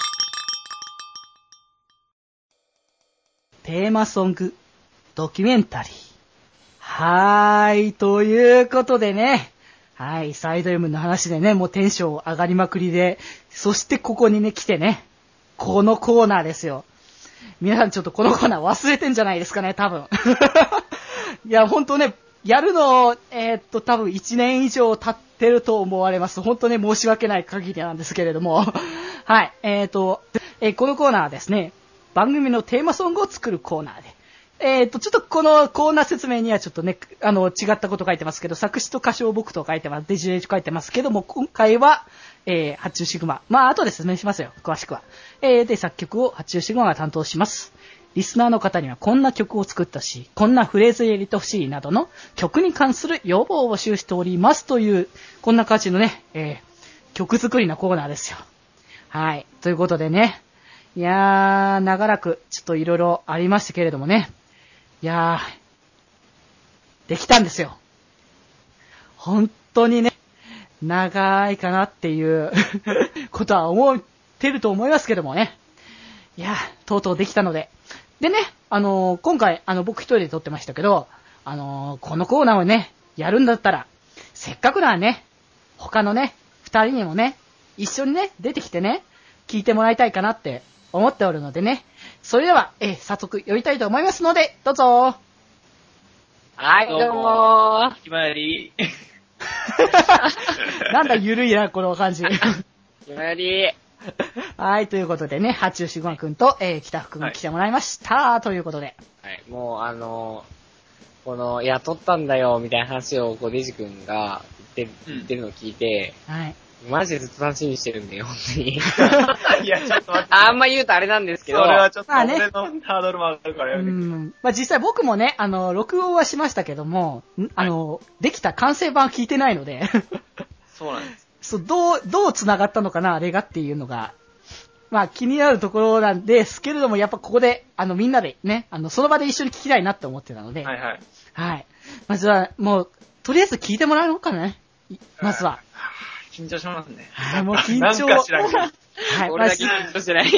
Speaker 1: テーマソングドキュメンタリー。はーい、ということでね、はい、サイド M の話でね、もうテンション上がりまくりで、そしてここにね、来てね、このコーナーですよ。皆さんちょっとこのコーナー忘れてんじゃないですかね、多分。いや、ほんとね、 やるの、多分1年以上経ってると思われます。本当に申し訳ない限りなんですけれども。はい。このコーナーはですね、番組のテーマソングを作るコーナーで。ちょっとこのコーナー説明にはちょっとね、違ったこと書いてますけど、作詞と歌唱僕と書いてます、デジデジ書いてますけども、今回は、発注シグマ。まあ、後で説明しますよ、詳しくは。で、作曲を発注シグマが担当します。リスナーの方にはこんな曲を作ったし、こんなフレーズ入れてほしいなどの曲に関する要望を募集しておりますという、こんな感じのね、曲作りのコーナーですよ。はい。ということでね、いやー、長らくちょっといろいろありましたけれどもね、いやー、できたんですよ。本当にね、長いかなっていうことは思ってると思いますけどもね。いやー、とうとうできたので。でね、今回、僕一人で撮ってましたけど、このコーナーをね、やるんだったら、せっかくならね、他のね、二人にもね、一緒にね、出てきてね、聞いてもらいたいかなって思っておるのでね。それでは、早速呼びたいと思いますので、どうぞ。
Speaker 2: はい、どうも
Speaker 3: 決まり。
Speaker 1: なんだ、ゆるいな、この感じ。
Speaker 2: 決まり。
Speaker 1: はい、ということでね、八中志吾くんと、北福くん来てもらいました、ということで。
Speaker 2: はい、もう雇ったんだよ、みたいな話を、デジ君が言ってるのを聞いて、
Speaker 1: はい。
Speaker 2: マジでずっと楽しみにしてるんで、本当に。
Speaker 3: いや、ちょっと待って。
Speaker 2: あんま言うとあれなんですけど。
Speaker 3: それはちょっと
Speaker 1: まあね
Speaker 3: 俺のハードルもあるからやめて。
Speaker 1: まあ実際僕もね、録音はしましたけども、できた完成版聞いてないので、
Speaker 3: そうなんです。
Speaker 1: そう、どう繋がったのかな、あれがっていうのが、まあ気になるところなんですけれども、やっぱここで、みんなでね、その場で一緒に聞きたいなって思ってたので、
Speaker 3: はいはい。
Speaker 1: はい。まずは、もう、とりあえず聞いてもらおうかね。まずは。
Speaker 3: 緊張しますね。
Speaker 1: はい、もう緊張。
Speaker 3: なんか知らんけど。
Speaker 1: はい、
Speaker 2: 俺だけ緊張してない。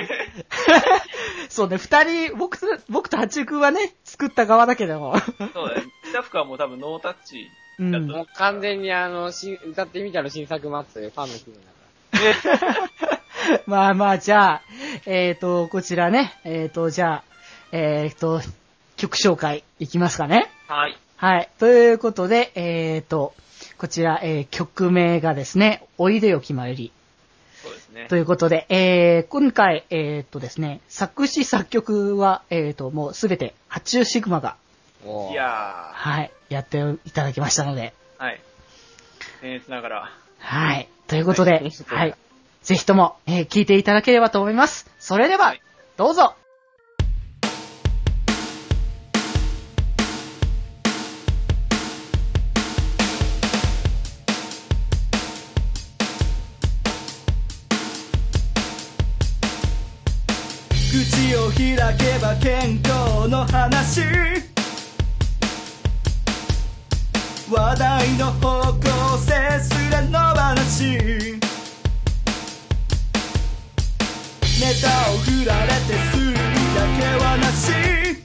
Speaker 1: そうね、二人、僕と八中くんはね、作った側だけども。
Speaker 3: そうだね。北福はもう多分ノータッチ
Speaker 1: うん
Speaker 3: だと。
Speaker 2: もう完全に歌ってみたら新作待つファンの気分だから。
Speaker 1: まあまあ、じゃあ、こちらね、じゃあ、曲紹介いきますかね。
Speaker 3: はい。
Speaker 1: はい。ということで、こちら、曲名がですね、おいでよ気まより。
Speaker 3: そうですね。
Speaker 1: ということで、今回、ですね、作詞作曲は、もうすべて、発注シグマが、
Speaker 3: いや
Speaker 1: はい、やっていただきましたので。
Speaker 3: ー。はい。僭越ながら。
Speaker 1: はい。ということで、
Speaker 2: はい
Speaker 1: はい。ぜひとも、聞いていただければと思います。それでは、
Speaker 3: はい
Speaker 1: どうぞ。
Speaker 4: 口を開けば健康の話、話題の方向性すらの話、ネタを振られてするだけはなし、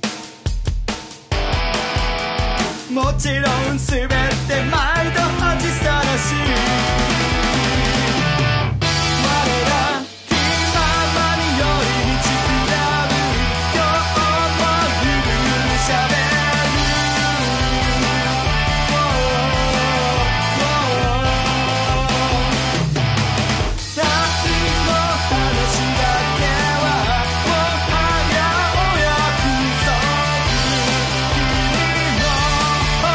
Speaker 4: もちろんすべて毎度恥さらし、我ら気ままに寄り道くらぶ、今日もゆるゆるしゃべる、タイの話だけはもはやお約束、君もほ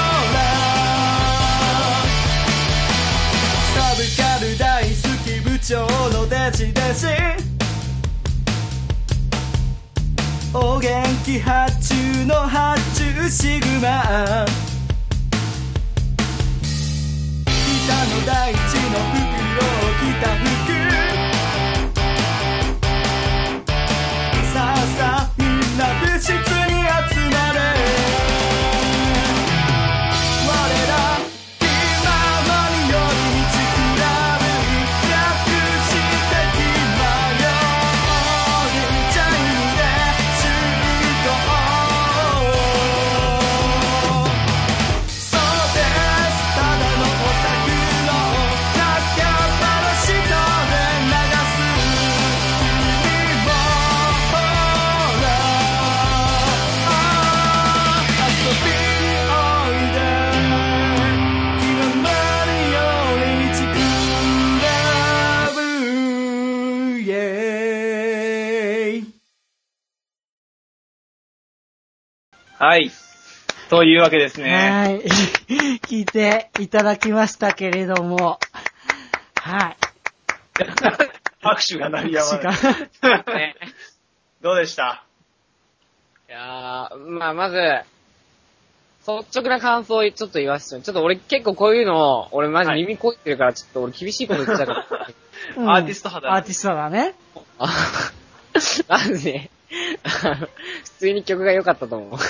Speaker 4: らサブカル大好き部長のデジデジ、お元気発注の発注シグマ、北の大地の袋を着た服、さあさあみんな部室に集まれ、我ら気ままに寄り道くらぶ、略して気まよりチャイムで集合、そうです、ただのオタクの
Speaker 3: はい。というわけですね。
Speaker 1: はい。聞いていただきましたけれども、はい。
Speaker 3: 拍手が鳴りやまない。
Speaker 2: ね
Speaker 3: どうでした？
Speaker 2: いやー、まあ、まず、率直な感想をちょっと言わせて、ちょっと俺結構こういうの、俺マジ耳こいてるから、ちょっと俺厳しいこと言っちゃうから。
Speaker 1: うん
Speaker 3: アーティスト肌。
Speaker 1: アーティストだね。
Speaker 2: まずね、普通に曲が良かったと思う。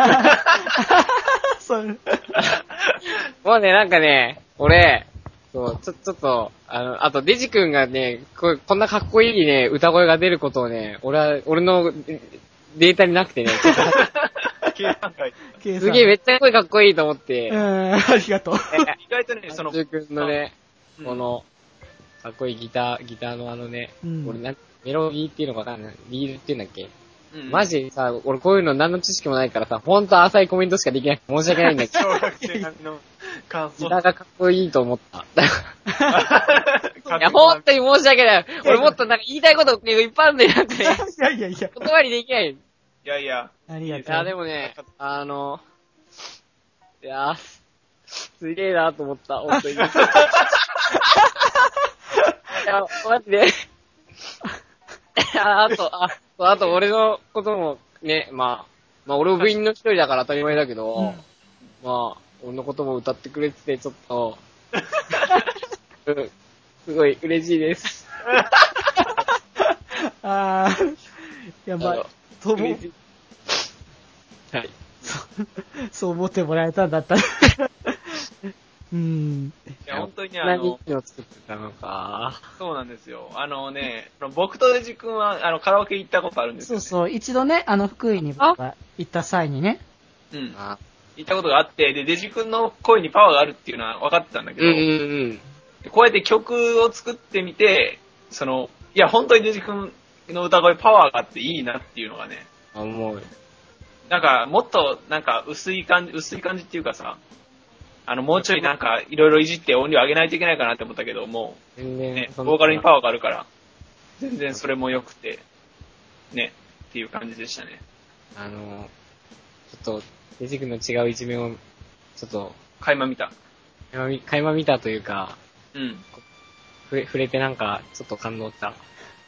Speaker 1: そう。
Speaker 2: もうね、なんかね、俺、そう、ちょっと、あとデジ君がね、こんなかっこいいね、歌声が出ることをね、俺のデータになくてね、
Speaker 3: 計算外。
Speaker 2: すげえめっちゃ声かっこいいと思って、
Speaker 1: ありがとう。
Speaker 3: 意外とね、その、
Speaker 2: デジ君のね、
Speaker 3: うん
Speaker 2: この、かっこいいギターのね、俺メロディーっていうのかわかんない。リールっていうんだっけ、マジでさ、俺こういうの何の知識もないからさ、ほんと浅いコメントしかできなくて申し訳ないんだけど。
Speaker 3: 小学生並みの感想。
Speaker 2: ギターがかっこいいと思った。いや、ほんとに申し訳ない。俺もっとなんか言いたいこといっぱいあるんだよ、なんかね。
Speaker 1: いやいやいや。
Speaker 2: 言葉にできない。
Speaker 3: いやいや。
Speaker 1: ありがとう。
Speaker 2: いや、でもね、いやすげえなと思った、ほんとに。いや、マジで。あと俺のこともね、まあ俺も部員の一人だから当たり前だけど、まあ、俺のことも歌ってくれてて、ちょっと、すごい嬉しいです。
Speaker 1: やばい。
Speaker 2: はい。
Speaker 1: そう思ってもらえたんだったら。
Speaker 3: いや、本当に
Speaker 2: 何を作ってたのか。
Speaker 3: そうなんですよ。僕とデジ君は、カラオケ行ったことあるんですよ、ね。
Speaker 1: そう、一度ね、福井に僕が行った際にね。
Speaker 3: うん。行ったことがあって、で、デジ君の声にパワーがあるっていうのは分かってたんだけど、こうやって曲を作ってみて、いや、本当にデジ君の歌声パワーがあっていいなっていうのがね。
Speaker 2: 思う。
Speaker 3: なんか、もっと、なんか、薄い感じっていうかさ、もうちょいなんか、いろいろいじって音量上げないといけないかなって思ったけど、もう、ね、ボーカルにパワーがあるから、全然それも良くて、ね、っていう感じでしたね。
Speaker 2: ちょっと、デジ君の違う一面を、ちょっと、
Speaker 3: 垣間見た。
Speaker 2: 垣間見たというか、
Speaker 3: うん。
Speaker 2: 触れてなんか、ちょっと感動した。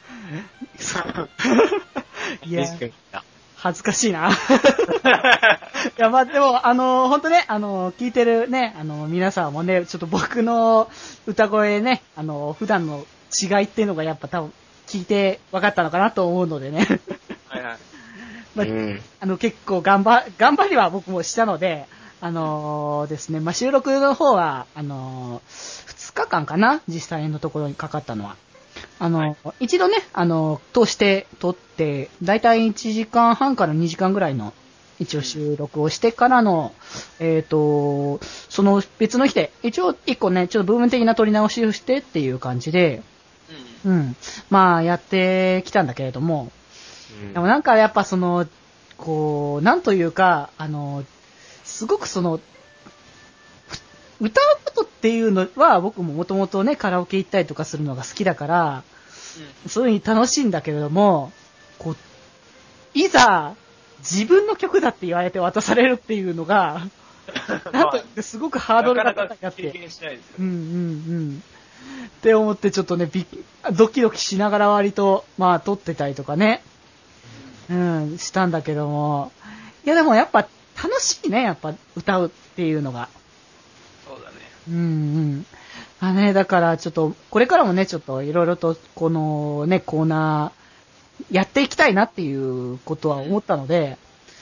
Speaker 1: いや
Speaker 2: デジ君だ。
Speaker 1: 恥ずかしいな。いや、まあ、でも、ほんとね、聞いてるね、皆さんもね、ちょっと僕の歌声ね、普段の違いっていうのがやっぱ多分、聞いて分かったのかなと思うのでね。
Speaker 3: はいはい。
Speaker 1: まあ、結構頑張りは僕もしたので、ですね、まあ、収録の方は、2日間かな実際のところにかかったのは。一度ね、通して撮って、だいたい1時間半から2時間ぐらいの、一応収録をしてからの、その別の日で、一応一個ね、ちょっと部分的な撮り直しをしてっていう感じで、まあ、やってきたんだけれども、でもなんかやっぱこう、なんというか、すごく歌うことっていうのは僕ももともとね、カラオケ行ったりとかするのが好きだから、そういう風に楽しいんだけれども、こう、いざ、自分の曲だって言われて渡されるっていうのが、なんとすごくハードルが高いなって。
Speaker 3: 経験しないですよ。
Speaker 1: って思ってちょっとね、ドキドキしながら割と、まあ撮ってたりとかね、したんだけども、いやでもやっぱ楽しいね、やっぱ歌うっていうのが。
Speaker 3: そうだね。
Speaker 1: だからちょっと、これからもね、ちょっといろいろとこのね、コーナー、やっていきたいなっていうことは思ったので、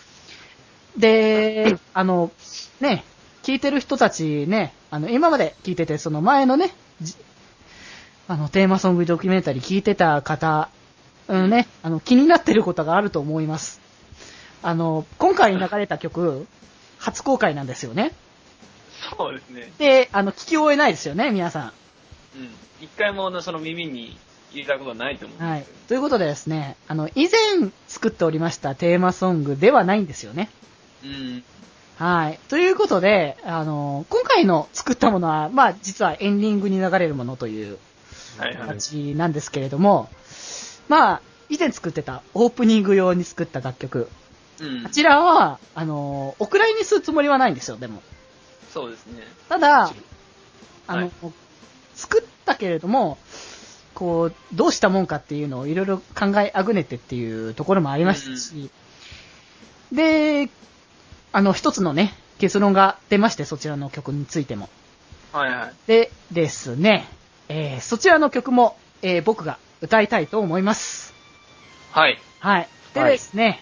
Speaker 1: で、ね、聞いてる人たちね、今まで聞いてて、その前のね、テーマソングドキュメンタリー聞いてた方、ね、気になってることがあると思います。今回流れた曲、初公開なんですよね。
Speaker 3: そうですね。
Speaker 1: で、聞き終えないですよね、皆さん。
Speaker 3: 一回も耳に入れたことはないと思うんですけど。
Speaker 1: はい。ということでですね、以前作っておりましたテーマソングではないんですよね。はい。ということで、今回の作ったものは、まあ、実はエンディングに流れるものという形なんですけれども、まあ、以前作ってたオープニング用に作った楽曲
Speaker 3: うん
Speaker 1: こ。ちらは、お蔵入りにするつもりはないんですよ、でも。
Speaker 3: そうですね。
Speaker 1: ただ、
Speaker 3: はい
Speaker 1: 作ったけれども、こう、どうしたもんかっていうのをいろいろ考えあぐねてっていうところもありましたし、で、一つのね、結論が出まして、そちらの曲についても。
Speaker 3: はいはい。
Speaker 1: でですね、そちらの曲も、僕が歌いたいと思います。
Speaker 3: はい。
Speaker 1: はい。で
Speaker 3: はい
Speaker 1: ですね、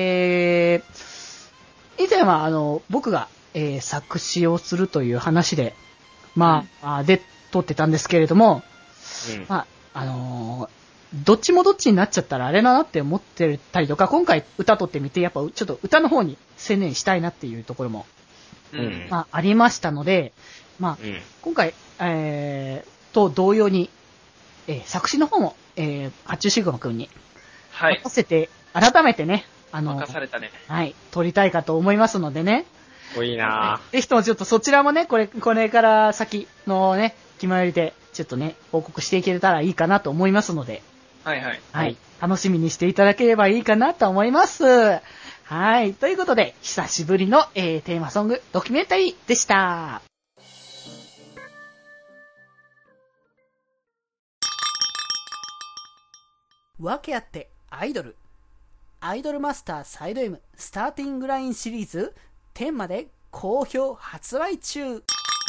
Speaker 1: 以前は僕が、作詞をするという話で、で、撮ってたんですけれども、どっちもどっちになっちゃったらあれだなって思ってたりとか、今回歌撮ってみて、やっぱちょっと歌の方に専念したいなっていうところも、
Speaker 3: うん。
Speaker 1: ありましたので、今回、と同様に、作詞の方も、発注シグマくんに
Speaker 3: はい
Speaker 1: 任。せて、改めてね、
Speaker 3: 任されたね。
Speaker 1: はい、撮りたいかと思いますのでね、
Speaker 2: お、いいな
Speaker 1: ぜひともちょっとそちらもね、これから先のね、決まりで、ちょっとね、報告していけたらいいかなと思いますので、
Speaker 3: はいはい。
Speaker 1: はい、楽しみにしていただければいいかなと思います。はい、ということで、久しぶりの、テーマソング、ドキュメンタリーでした。わけあってアイドルマスターサイド M スターティングラインシリーズ10まで好評発売中。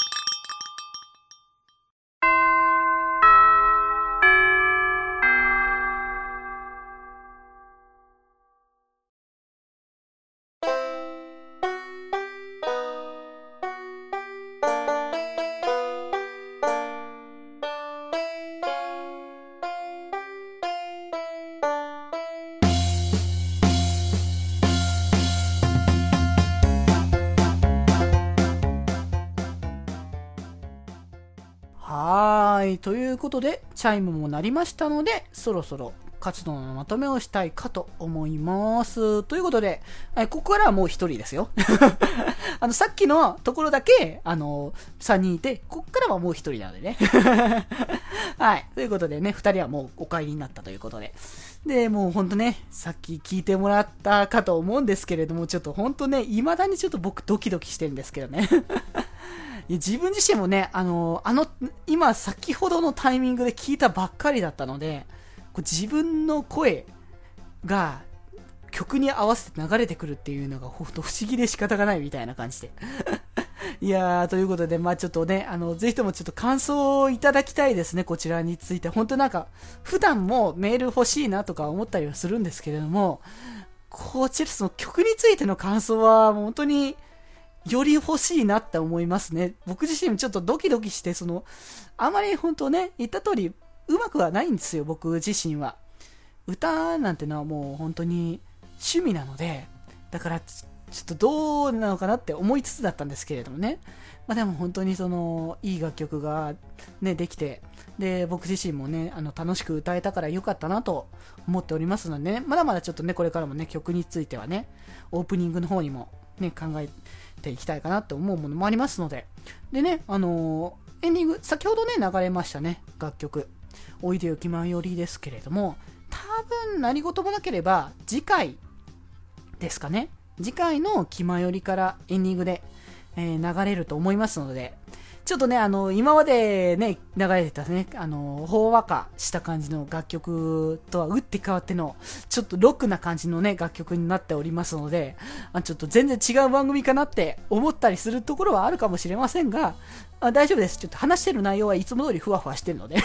Speaker 1: ということで、チャイムも鳴りましたので、そろそろ活動のまとめをしたいかと思います。ということで、ここからはもう一人ですよ。さっきのところだけ、3人いて、ここからはもう一人なのでね。はい。ということでね、2人はもうお帰りになったということで。で、もうほんとね、さっき聞いてもらったかと思うんですけれども、ちょっとほんとね、未だにちょっと僕ドキドキしてるんですけどね。いや自分自身もね、今先ほどのタイミングで聞いたばっかりだったので、こう自分の声が曲に合わせて流れてくるっていうのがほんと不思議で仕方がないみたいな感じで。いやー、ということで、ちょっとね、ぜひともちょっと感想をいただきたいですね、こちらについて。ほんとなんか、普段もメール欲しいなとか思ったりはするんですけれども、こちらその曲についての感想は本当に、より欲しいなって思いますね。僕自身もちょっとドキドキして、あまり本当ね、言った通り、うまくはないんですよ、僕自身は。歌なんてのはもう本当に趣味なので、だからちょっとどうなのかなって思いつつだったんですけれどもね。でも本当にいい楽曲がね、できて、で、僕自身もね、楽しく歌えたから良かったなと思っておりますのでね、まだまだちょっとね、これからもね、曲についてはね、オープニングの方にもね、考えていきたいかなと思うものもありますので、でね、エンディング、先ほどね、流れましたね、楽曲。おいでよ気まよりですけれども、多分何事もなければ、次回ですかね。次回の気まよりからエンディングで、流れると思いますので、ちょっとね、今までね、流れてたね、ほんわかした感じの楽曲とは打って変わっての、ちょっとロックな感じのね、楽曲になっておりますので、ちょっと全然違う番組かなって思ったりするところはあるかもしれませんが、大丈夫です。ちょっと話してる内容はいつも通りふわふわしてるので。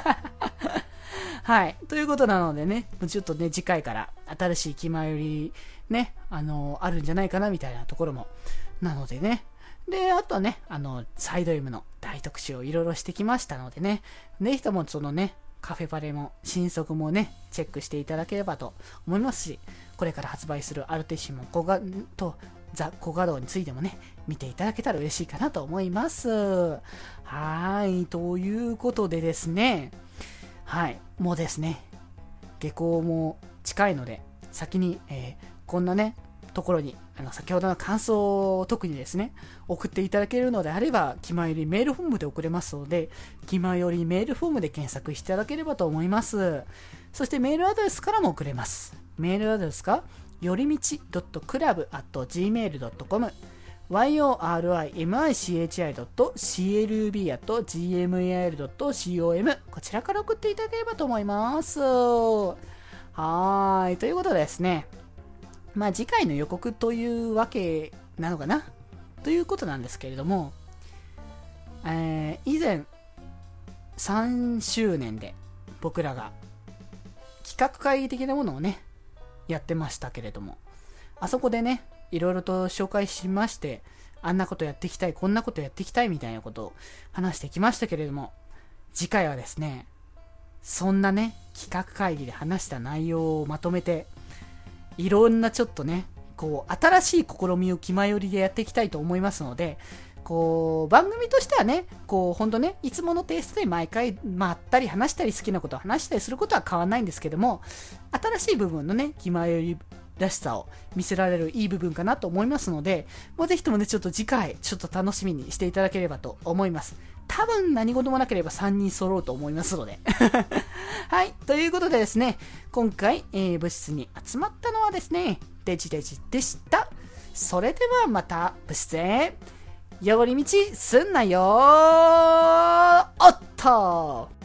Speaker 1: はい。ということなのでね、ちょっとね、次回から新しい気まよりね、あるんじゃないかなみたいなところも。なのでね。で、あとはね、サイド M の大特集をいろいろしてきましたのでね、ぜひともそのね、カフェバレも、新作もね、チェックしていただければと思いますし、これから発売するアルテッシモとザ・コガドーについてもね、見ていただけたら嬉しいかなと思います。はい、ということでですね、はい、もうですね、下校も近いので、先に、こんなね、ところに、先ほどの感想を特にですね、送っていただけるのであれば、気まよりメールフォームで送れますので、気まよりメールフォームで検索していただければと思います。そしてメールアドレスからも送れます。メールアドレスが、 よりみち .club@gmail.com yorimichi.club@gmail.com こちらから送っていただければと思います。はーい。ということでですね。まあ次回の予告というわけなのかなということなんですけれども、以前3周年で僕らが企画会議的なものをね、やってましたけれども、あそこでね、いろいろと紹介しまして、あんなことやっていきたい、こんなことやっていきたいみたいなことを話してきましたけれども、次回はですね、そんなね、企画会議で話した内容をまとめて、いろんなちょっとね、こう、新しい試みを気まよりでやっていきたいと思いますので、こう、番組としてはね、こう、ほんとね、いつものテイストで毎回、まったり話したり好きなことを話したりすることは変わらないんですけども、新しい部分のね、気まよりらしさを見せられるいい部分かなと思いますので、もうぜひともね、ちょっと次回、ちょっと楽しみにしていただければと思います。多分何事もなければ3人揃うと思いますので。はい。ということでですね、今回、部室に集まったのはですね、デジデジでした。それではまた部室へ、寄り道すんなよーおっと